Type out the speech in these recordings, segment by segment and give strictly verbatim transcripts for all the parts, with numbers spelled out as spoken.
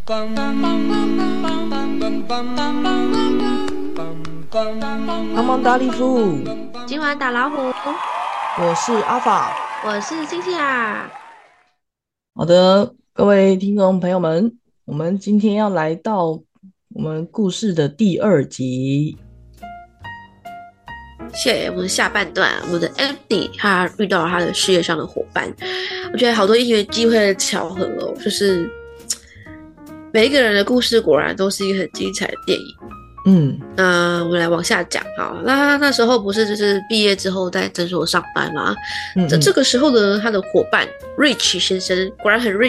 帮忙打礼服， 今晚打老虎， 我是阿法， 我是星星啊。 好的，各位听众朋友们，我们今天要来到我们故事的第二集。 谢我们下半段，我们的 Andy 他遇到了他的事业上的伙伴，我觉得好多因缘机会的巧合哦，就是每一个人的故事果然都是一个很精彩的电影。 嗯， 那我们来往下讲哈。那他那时候不是就是毕业之后在诊所上班吗？ 嗯嗯这这个时候呢，他的伙伴 Rich 先生果然很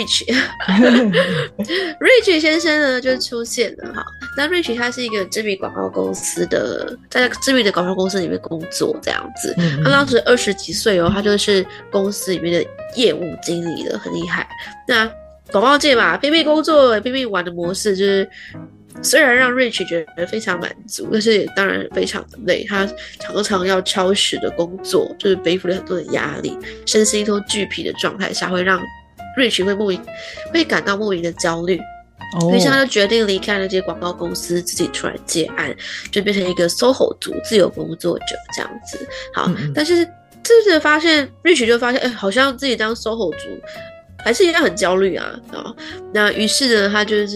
Rich。Rich 先生呢就出现了哈。那 Rich 他是一个知名广告公司的，在知名的广告公司里面工作这样子。 嗯嗯他当时二十几岁哦，他就是公司里面的业务经理了，很厉害。那广告界嘛，拼命工作、拼命玩的模式就是。虽然让 Rich 觉得非常满足，但是也当然非常的累。他常常要超时的工作，就是背负了很多的压力，身心都俱疲的状态下，会让 Rich 会莫名会感到莫名的焦虑。 哦， 于是他就决定离开了这些广告公司，自己出来接案，就变成一个 S O H O 族自由工作者这样子。好，嗯嗯但是这次发现 Rich 就发现，哎，好像自己当 S O H O 族还是一样很焦虑啊。哦，那于是呢，他就是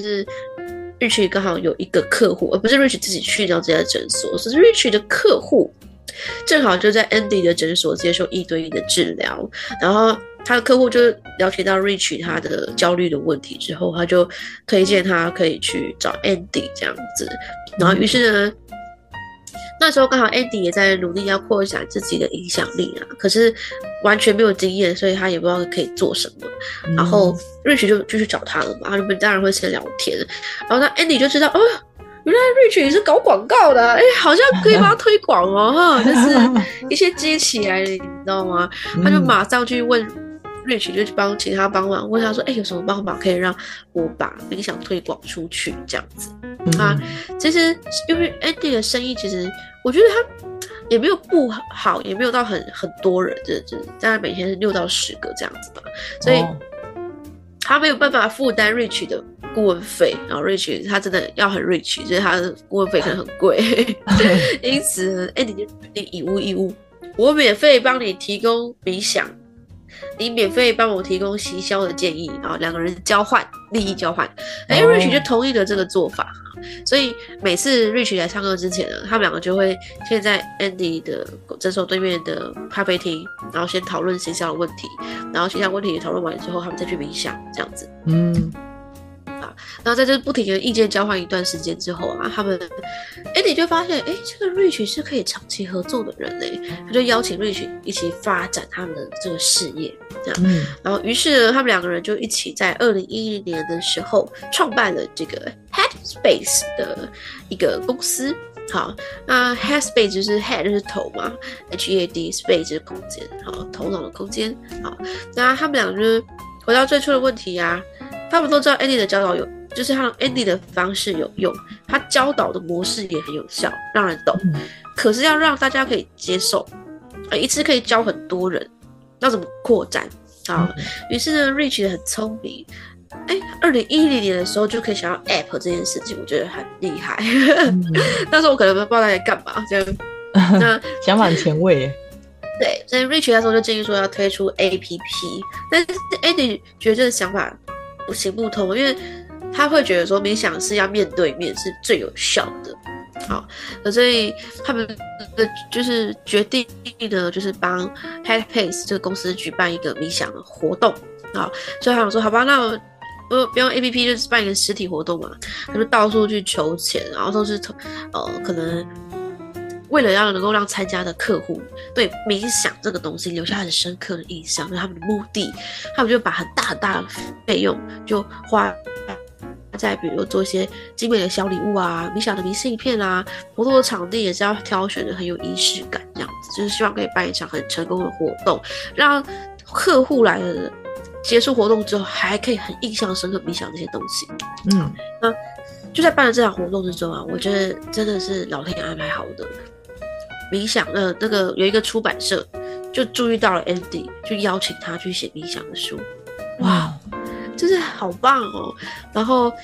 。Rich 刚好有一个客户，而不是 Rich 自己去到这家诊所，是 Rich 的客户正好就在 Andy 的诊所接受一对一的治疗，然后他的客户就了解到 Rich 他的焦虑的问题之后，他就推荐他可以去找 Andy 这样子，然后于是呢。那时候刚好 Andy 也在努力要扩展自己的影响力啊，可是完全没有经验，所以他也不知道可以做什么。嗯、然后 Rich 就就去找他了嘛，他们当然会先聊天。然后那 Andy 就知道，哦，原来 Rich 也是搞广告的、啊，哎，好像可以帮他推广哦，哈，就是一些接起来的，你知道吗？他就马上去问 Rich， 就去帮请他帮忙，问他说，哎，有什么办法可以让我把冥想推广出去这样子？啊，其实因为 Andy 的生意，其实我觉得他也没有不好，也没有到很很多人，就是就是大概每天是六到十个这样子吧，所以他没有办法负担 Rich 的顾问费，然后 Rich 他真的要很 Rich， 所以他的顾问费可能很贵，因此 Andy 就决定以物易物，我免费帮你提供冥想。你免费帮我提供行销的建议，然后两个人交换利益交换，哎、oh. ，Rich 就同意了这个做法，所以每次 Rich 来上课之前呢，他们两个就会先在 Andy 的诊所对面的咖啡厅，然后先讨论行销的问题，然后行销问题讨论完之后，他们再去冥想，这样子，嗯。Mm.然后在这不停的意见交换一段时间之后啊，他们 Andy 就发现，哎，这个 Rich 是可以长期合作的人嘞，他就邀請 Rich 一起发展他们的这个事业，这样。嗯、然后于是呢，他们两个人就一起在二零一零年的时候创办了这个 Headspace 的一个公司。好，那 Headspace 就是 Head 就是头嘛 ，H E A D Space 就是空间，好，头脑的空间。好，那他们两个就回到最初的问题啊，他们都知道 Andy 的教导有。就是他 Andy 的方式有用，他教导的模式也很有效，让人懂。嗯、可是要让大家可以接受，呃，一次可以教很多人，要怎么扩展？好，于、嗯、是呢 ，Rich 很聪明，哎，二零一零年的时候就可以想到 App 这件事情，我觉得很厉害。嗯、那时候我可能不知道他在干嘛，这样。那想法很前卫耶。 对，所以 Rich 那时候就建议说要推出 A P P， 但是 Andy 觉得这个想法不行不通，因为。他会觉得说冥想是要面对面是最有效的，好，所以他们就是决定呢，就是帮 Headspace 这个公司举办一个冥想的活动，好，所以他们说好吧，那我不不用 A P P 就是办一个实体活动嘛，他就到处去求钱，然后都是呃可能为了要能够让参加的客户对冥想这个东西留下很深刻的印象，就是他们的目的，他们就把很大很大的费用就花。再比如做一些精美的小礼物啊，冥想的明信片啊，活动的场地也是要挑选的很有仪式感，这样子就是希望可以办一场很成功的活动，让客户来了结束活动之后还可以很印象深刻冥想这些东西。嗯，那就在办了这场活动之中啊，我觉得真的是老天安排好的。冥想呃那个有一个出版社就注意到了 Andy， 就邀请他去写冥想的书。哇！就是好棒哦，然后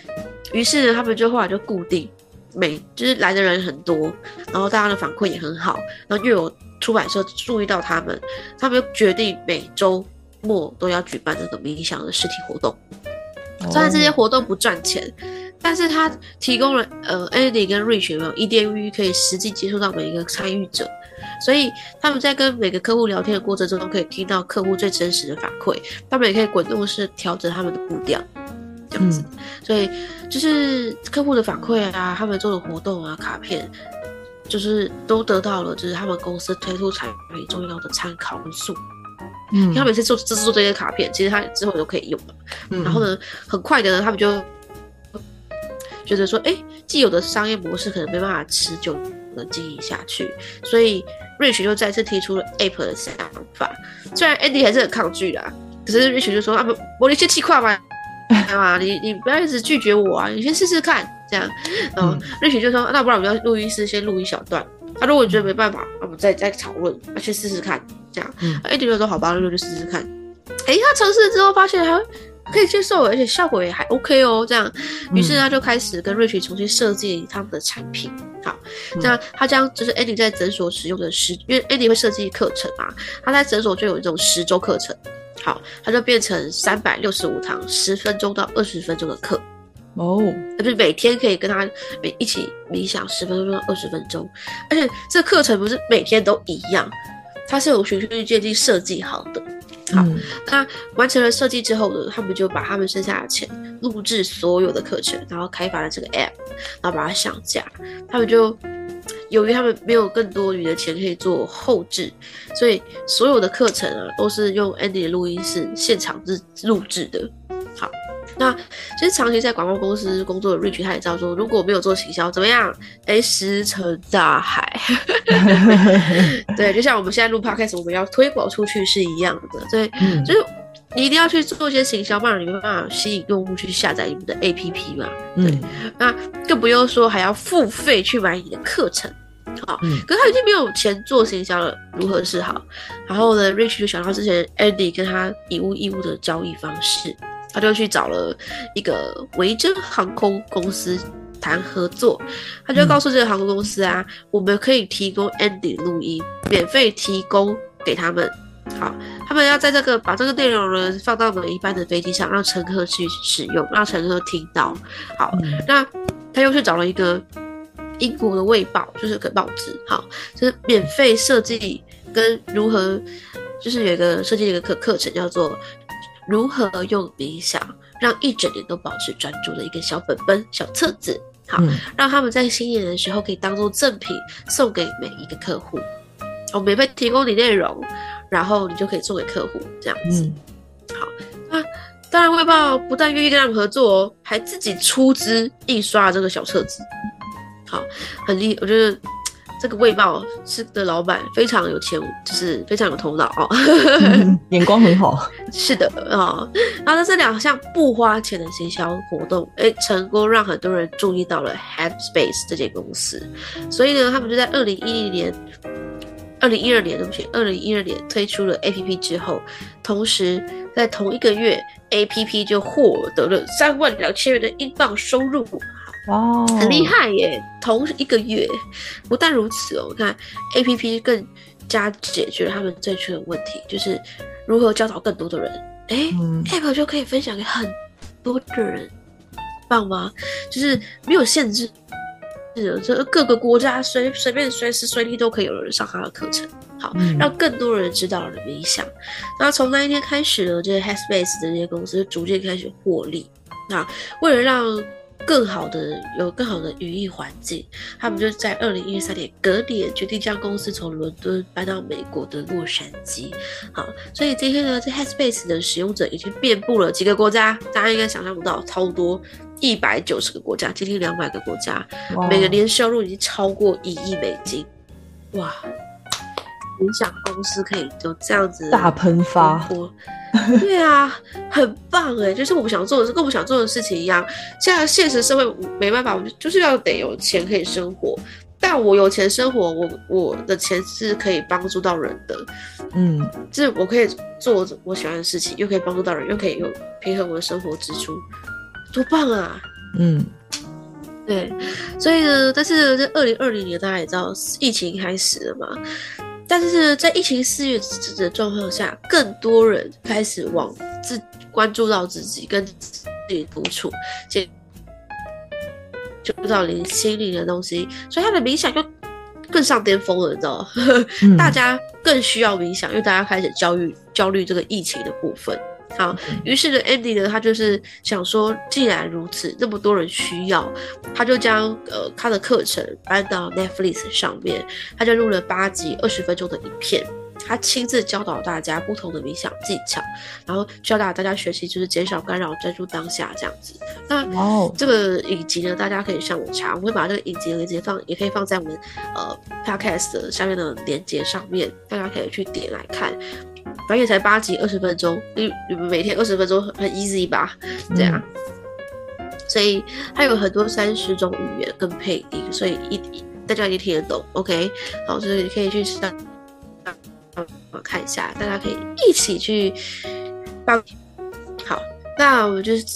于是呢，他们就后来就固定每就是来的人很多，然后大家的反馈也很好，然后又有出版社注意到他们，他们就决定每周末都要举办这个冥想的实体活动。虽然这些活动不赚钱，但是他提供了呃 Andy 跟 Rich 有没有一对一可以实际接触到每一个参与者，所以他们在跟每个客户聊天的过程中，可以听到客户最真实的反馈，他们也可以滚动式调整他们的步调，这样子。嗯、所以就是客户的反馈啊，他们做的活动啊，卡片，就是都得到了就是他们公司推出产品重要的参考因素。嗯，他每次做制作这些卡片，其实他之后都可以用嘛。嗯，然后呢，很快的呢，他们就觉得说，哎，既有的商业模式可能没办法持久的经营下去，所以 Rich 就再次提出了 App 的想法。虽然 Andy 还是很抗拒啦，可是 Rich 就说啊，不，我先气跨嘛，啊，你你不要一直拒绝我啊，你先试试看，这样。然后 Rich 就说，那不然我们要录音室先录一小段。他、啊、如果觉得没办法，我们再再讨论，要去试试看，这样。嗯 ，Andy 就说好吧，那就试试看。哎，他尝试之后发现还可以接受，而且效果也还 OK 哦，这样。于是他就开始跟 Rich 重新设计他们的产品。好，这样他将就是 Andy 在诊所使用的十，因为 Andy 会设计课程嘛，他在诊所就有一种十周课程。好，他就变成三百六十五堂十分钟到二十分钟的课。哦，就是每天可以跟他一起冥想十分钟到二十分钟，而且这课程不是每天都一样，它是有循序渐进设计好的。好，嗯、那完成了设计之后呢，他们就把他们剩下的钱录制所有的课程，然后开发了这个 app， 然后把它上架。他们就由于他们没有更多余的钱可以做后制，所以所有的课程啊都是用 Andy 的录音室现场录制的。好。那其实长期在广告公司工作的 Rich 他也知道说，如果没有做行销怎么样？哎，石沉大海。对，就像我们现在录 podcast， 我们要推广出去是一样的。对，嗯、就是你一定要去做一些行销，不然你没办法吸引用户去下载你们的 A P P 嘛。对，嗯、那更不用说还要付费去买你的课程。好，嗯、可是他已经没有钱做行销了，如何是好？然后呢 ，Rich 就想到之前 Andy 跟他以物易物的交易方式。他就去找了一个维珍航空公司谈合作，他就告诉这个航空公司啊，嗯、我们可以提供 Andy 录音，免费提供给他们。好，他们要在这个把这个内容呢放到每一班的飞机上，让乘客去使用，让乘客听到。好，嗯、那他又去找了一个英国的《卫报》，就是个报纸，好，就是免费设计跟如何，就是有一个设计的一个课课程叫做。如何用冥想让一整年都保持专注的一个小本本小册子，好，嗯、让他们在新年的时候可以当做赠品送给每一个客户。我免费提供你内容，然后你就可以送给客户这样子。嗯、好，那当然卫报不但愿意跟他们合作哦，还自己出资印刷这个小册子。好，很厉害，我觉得。这个卫报是的老板非常有钱，就是非常有头脑哦， 嗯、眼光很好。 是的哦，然后这两项不花钱的行销活动，哎，成功让很多人注意到了 Headspace 这间公司，所以呢，他们就在二零一零年、二零一二年，对不起，二零一二年推出了 A P P 之后，同时在同一个月 ，A P P 就获得了三万两千元的英镑收入。 哇， wow 很厉害耶！同一个月，不但如此哦，看 A P P 更加解决了他们最初的问题，就是如何教导更多的人。哎、嗯、，App 就可以分享给很多的人，棒吗？就是没有限制，这各个国家随随便随时随地都可以有人上他的课程。好，嗯、让更多人知道了冥想。那从那一天开始呢，这些 Headspace 的这些公司逐渐开始获利。那为了让更好的有更好的语义环境，他们就在二零一三年隔年决定将公司从伦敦搬到美国的洛杉矶。好，所以今天呢，这 Headspace 的使用者已经遍布了几个国家，大家应该想象不到，超多，一百九十个国家，接近两百个国家，每个年收入已经超过一亿美金。哇！冥想公司可以有这样子大喷发， 对啊，很棒哎！就是我们想做的，跟我们想做的事情一样。现在现实社会没办法，我就是要得有钱可以生活。但我有钱生活，我我的钱是可以帮助到人的，嗯，就是我可以做我喜欢的事情，又可以帮助到人，又可以有平衡我的生活支出，多棒啊！ 嗯， 对，所以呢，但是呢，在二零二零年大家也知道疫情开始了嘛，但是呢，在疫情肆虐的状况下，更多人开始往自关注到自己，跟自己独处，接触到连心灵的东西，所以他的冥想就更上巅峰了，你知道吗？嗯、大家更需要冥想，因为大家开始焦虑焦虑这个疫情的部分。好，于是呢 ，Andy 呢，他就是想说，既然如此，那么多人需要，他就将呃他的课程搬到 Netflix 上面，他就录了八集二十分钟的影片，他亲自教导大家不同的冥想技巧，然后教导大家学习就是减少干扰，专注当下这样子。那、wow. 这个影集呢，大家可以上网查，我会把这个影集的链接放，也可以放在我们呃 Podcast 下面的链接上面，大家可以去点来看。反正也才八集二十分钟，你你们每天二十分钟很 easy 吧？这样，嗯、所以它有很多三十种语言跟配音，所以一大家一定听得懂。OK， 好，所以你可以去上看一下，大家可以一起去帮。好，那我们就是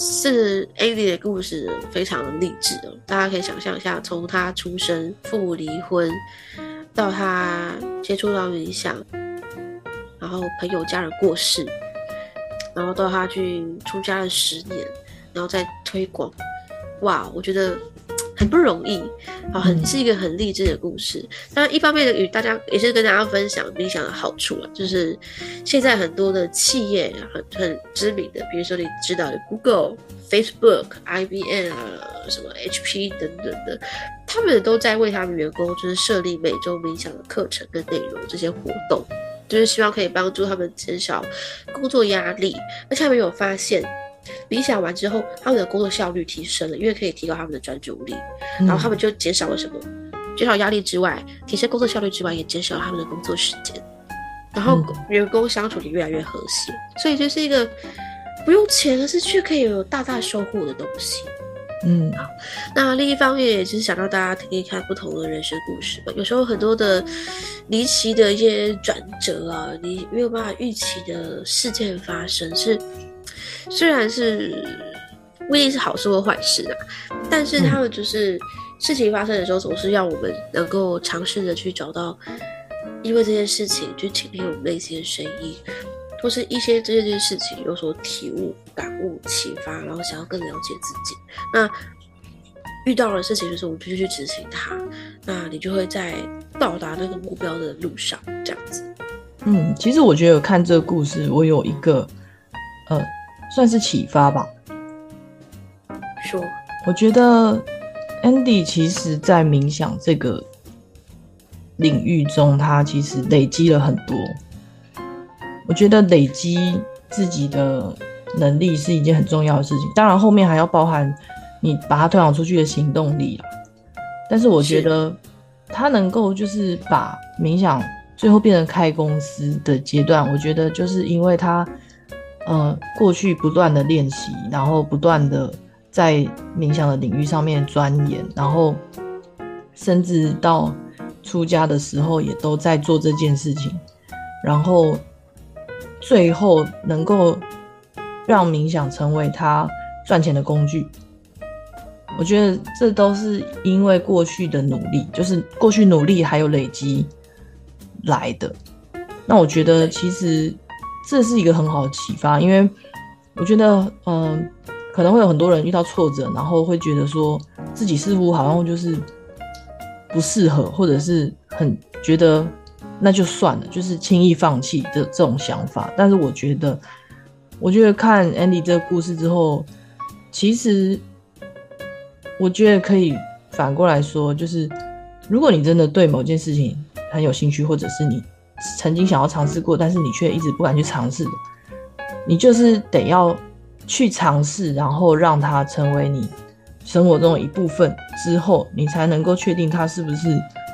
Andy 的故事非常的励志哦，大家可以想象一下，从他出生、父母离婚，到他接触到冥想。然后朋友家人过世，然后到他去出家了十年，然后再推广，哇，我觉得很不容易，好，很是一个很励志的故事。当然，一方面的与大家也是跟大家分享冥想的好处啊，就是现在很多的企业很很知名的，比如说你知道的 Google、Facebook、I B M 啊，什么 H P 等等的，他们都在为他们员工就是设立每周冥想的课程跟内容这些活动。就是希望可以帮助他们减少工作压力，而且他们有发现，冥想完之后，他们的工作效率提升了，因为可以提高他们的专注力，然后他们就减少了什么？减少压力之外，提升工作效率之外，也减少了他们的工作时间，然后员工相处也越来越和谐，所以这是一个不用钱，可是却可以有大大收获的东西。嗯，好。那另一方面，也是想让大家听一看不同的人生故事吧。有时候很多的离奇的一些转折啊，你没有办法预期的事件发生，是虽然是不一定是好事或坏事啊，但是他们就是事情发生的时候，总是要我们能够尝试着去找到，因为这件事情去倾听我们内心的声音。或是一些这件事情有所体悟、感悟、启发，然后想要更了解自己。那遇到的事情就是我们必须去执行它，那你就会在到达那个目标的路上，这样子。 嗯，其实我觉得看这个故事，我有一个呃，算是启发吧。 说， 我觉得 Andy 其实在冥想这个领域中，他其实累积了很多。我觉得累积自己的能力是一件很重要的事情，当然后面还要包含你把它推广出去的行动力啦。但是我觉得他能够就是把冥想最后变成开公司的阶段，我觉得就是因为他呃过去不断的练习，然后不断的在冥想的领域上面钻研，然后甚至到出家的时候也都在做这件事情，然后最后能够让冥想成为他赚钱的工具。我觉得这都是因为过去的努力，就是过去努力还有累积来的。那我觉得其实这是一个很好的启发，因为我觉得嗯、呃，可能会有很多人遇到挫折，然后会觉得说自己似乎好像就是不适合，或者是很觉得那就算了，就是轻易放弃的这种想法。但是我觉得我觉得看 Andy 这个故事之后，其实我觉得可以反过来说，就是如果你真的对某件事情很有兴趣，或者是你曾经想要尝试过，但是你却一直不敢去尝试的，你就是得要去尝试，然后让它成为你生活中的一部分之后，你才能够确定它是不是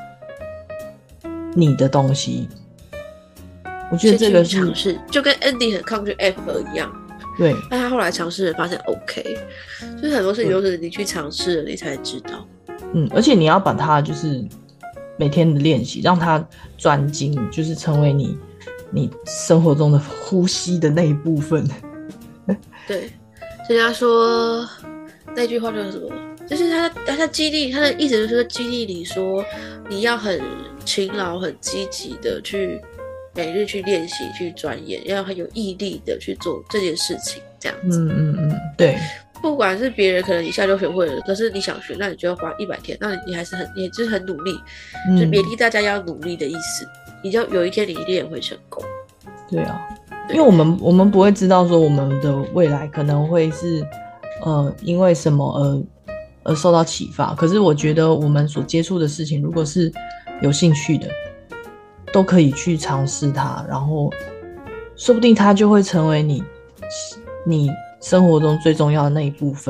你的东西。我觉得这个是尝试，就跟 Andy 很抗拒 Apple 一样。 对， 但他后来尝试了，发现 OK， 就是很多事情都是你去尝试了，你才知道。 嗯，而且你要把它就是每天的练习，让它专精，就是成为你你生活中的呼吸的那一部分。 对，人家说那句话就是什么？就是他他在激励他的意思，就是激励你说你要很勤劳、很积极的去每日去练习、去钻研，要很有毅力的去做这件事情，这样子。 嗯嗯嗯，对。 不管是别人可能一下就学会了，可是你想学，那你就要花一百天，那你还是很，也就是很努力，嗯、就勉励大家要努力的意思。你就有一天你一定也会成功。 对啊，对，因为我们我们不会知道说我们的未来可能会是呃因为什么而而受到启发，可是我觉得我们所接触的事情，如果是有兴趣的，都可以去尝试它，然后说不定它就会成为你你生活中最重要的那一部分。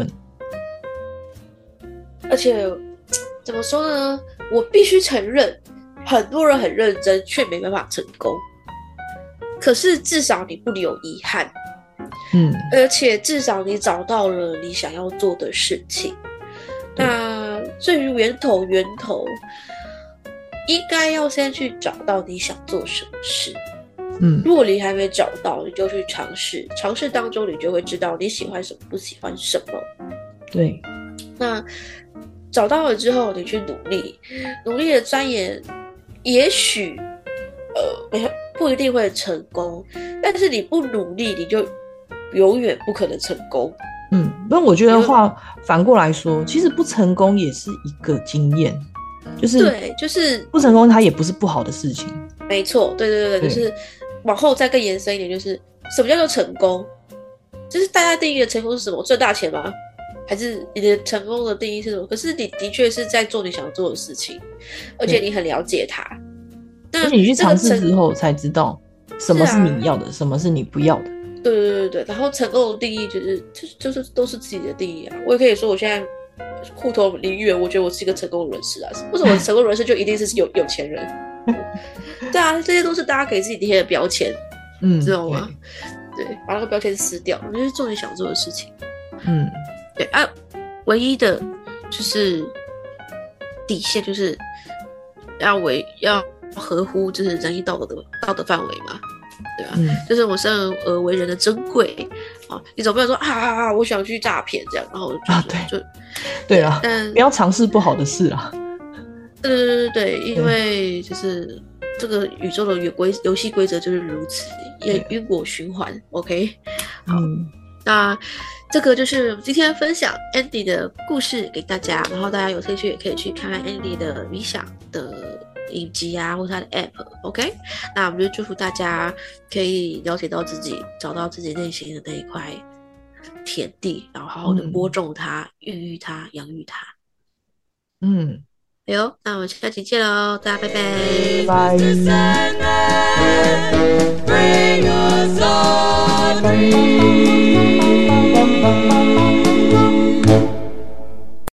而且怎么说呢，我必须承认很多人很认真却没办法成功，可是至少你不留遗憾，嗯，而且至少你找到了你想要做的事情。那至于源头源头应该要先去找到你想做什么事。嗯，如果你还没找到，你就去尝试，尝试当中你就会知道你喜欢什么，不喜欢什么。 对， 那找到了之后，你去努力，努力的钻研，也许呃不一定会成功，但是你不努力，你就永远不可能成功。 嗯，那我觉得话反过来说，其实不成功也是一个经验，就是对，就是不成功它也不是不好的事情。 没错，对对 对, 对，就是往后再更延伸一点，就是什么叫做成功？就是大家定义的成功是什么？赚大钱吗？还是你的成功的定义是什么？可是你的确是在做你想做的事情，而且你很了解它。 而且你去尝试之后才知道什么是你要的，啊、什么是你不要的。 对对对对，然后成功的定义就是就是就是都是自己的定义啊。我也可以说我现在户头零元，我觉得我是一个成功人士啊。为什么成功人士就一定是有有钱人？对啊，这些都是大家给自己贴的标签，嗯，知道吗？对，对，把那个标签撕掉，你就是做你想做的事情。嗯，对啊，唯一的就是底线就是要为要合乎就是仁义道德的道德范围嘛。对啊，嗯、就是我生而为人的珍贵啊！你总不能说啊啊啊，我想去诈骗这样，然后就啊对，就对啊，但不要尝试不好的事啦。 对对对对，因为就是这个宇宙的规游戏规则就是如此，也因果循环。OK， 好，嗯、那这个就是今天分享 Andy 的故事给大家，然后大家有兴趣也可以去看看 Andy 的冥想的影集啊，或是他的 app。 OK， 那我们就祝福大家可以了解到自己，找到自己内心的那一块田地，然后好好的播种它、孕育它、养育它。嗯，哎呦，那我们下期见喽，大家拜拜。 拜拜。